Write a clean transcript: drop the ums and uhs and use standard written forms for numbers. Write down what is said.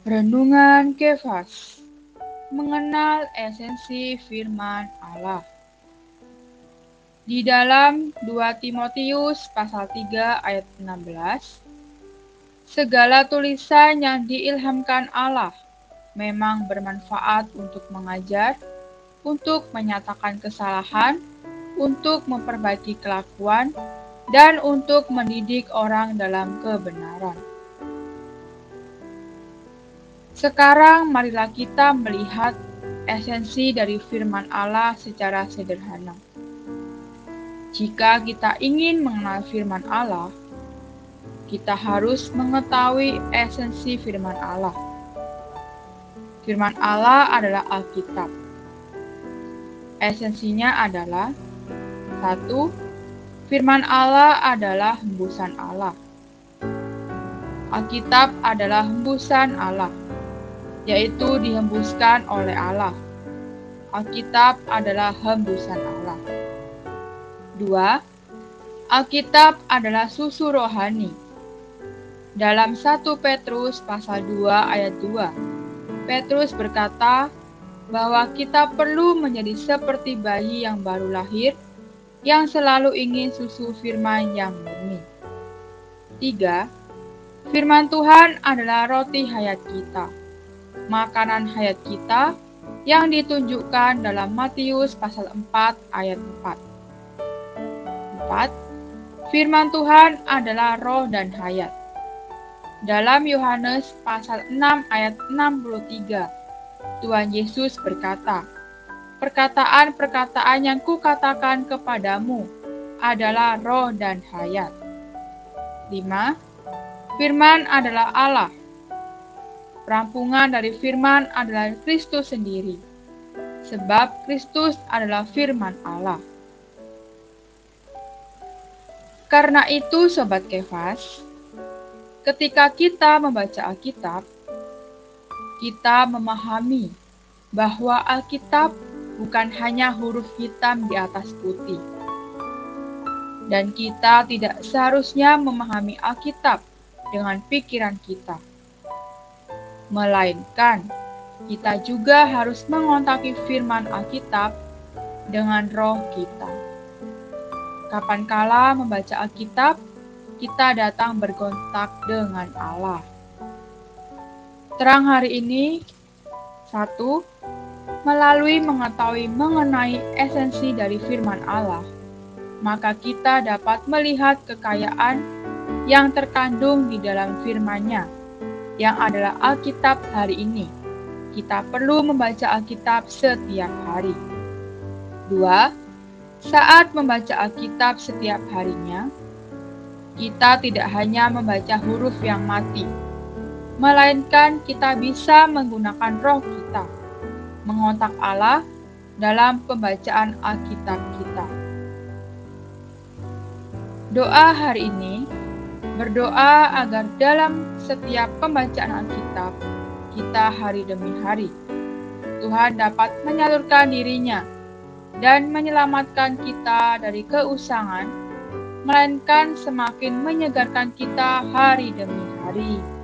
Renungan Kefas, mengenal esensi firman Allah. Di dalam 2 Timotius pasal 3 ayat 16, segala tulisan yang diilhamkan Allah memang bermanfaat untuk mengajar, untuk menyatakan kesalahan, untuk memperbaiki kelakuan, dan untuk mendidik orang dalam kebenaran. Sekarang marilah kita melihat esensi dari firman Allah secara sederhana. Jika kita ingin mengenal firman Allah, kita harus mengetahui esensi firman Allah. Firman Allah adalah Alkitab. Esensinya adalah 1. Firman Allah adalah hembusan Allah. Alkitab adalah hembusan Allah, yaitu dihembuskan oleh Allah. Alkitab adalah hembusan Allah. 2. Alkitab adalah susu rohani. Dalam 1 Petrus pasal 2 ayat 2, Petrus berkata bahwa kita perlu menjadi seperti bayi yang baru lahir, yang selalu ingin susu firman yang murni. 3. Firman Tuhan adalah roti hayat kita, makanan hayat kita yang ditunjukkan dalam Matius pasal 4 ayat 4. 4. Firman Tuhan adalah roh dan hayat. Dalam Yohanes pasal 6 ayat 63, Tuhan Yesus berkata, "Perkataan-perkataan yang kukatakan kepadamu adalah roh dan hayat." 5. Firman adalah Allah. Perampungan dari firman adalah Kristus sendiri, sebab Kristus adalah firman Allah. Karena itu, Sobat Kefas, ketika kita membaca Alkitab, kita memahami bahwa Alkitab bukan hanya huruf hitam di atas putih. Dan kita tidak seharusnya memahami Alkitab dengan pikiran kita. Melainkan, kita juga harus mengontaki firman Alkitab dengan roh kita. Kapankala membaca Alkitab, kita datang berkontak dengan Allah. Terang hari ini, 1. Melalui mengetahui mengenai esensi dari firman Allah, maka kita dapat melihat kekayaan yang terkandung di dalam firman-Nya, yang adalah Alkitab hari ini. Kita perlu membaca Alkitab setiap hari. 2. Saat membaca Alkitab setiap harinya, kita tidak hanya membaca huruf yang mati, melainkan kita bisa menggunakan roh kita, mengontak Allah dalam pembacaan Alkitab kita. Doa hari ini, berdoa agar dalam setiap pembacaan Alkitab kita hari demi hari, Tuhan dapat menyalurkan diri-Nya dan menyelamatkan kita dari keusangan, melainkan semakin menyegarkan kita hari demi hari.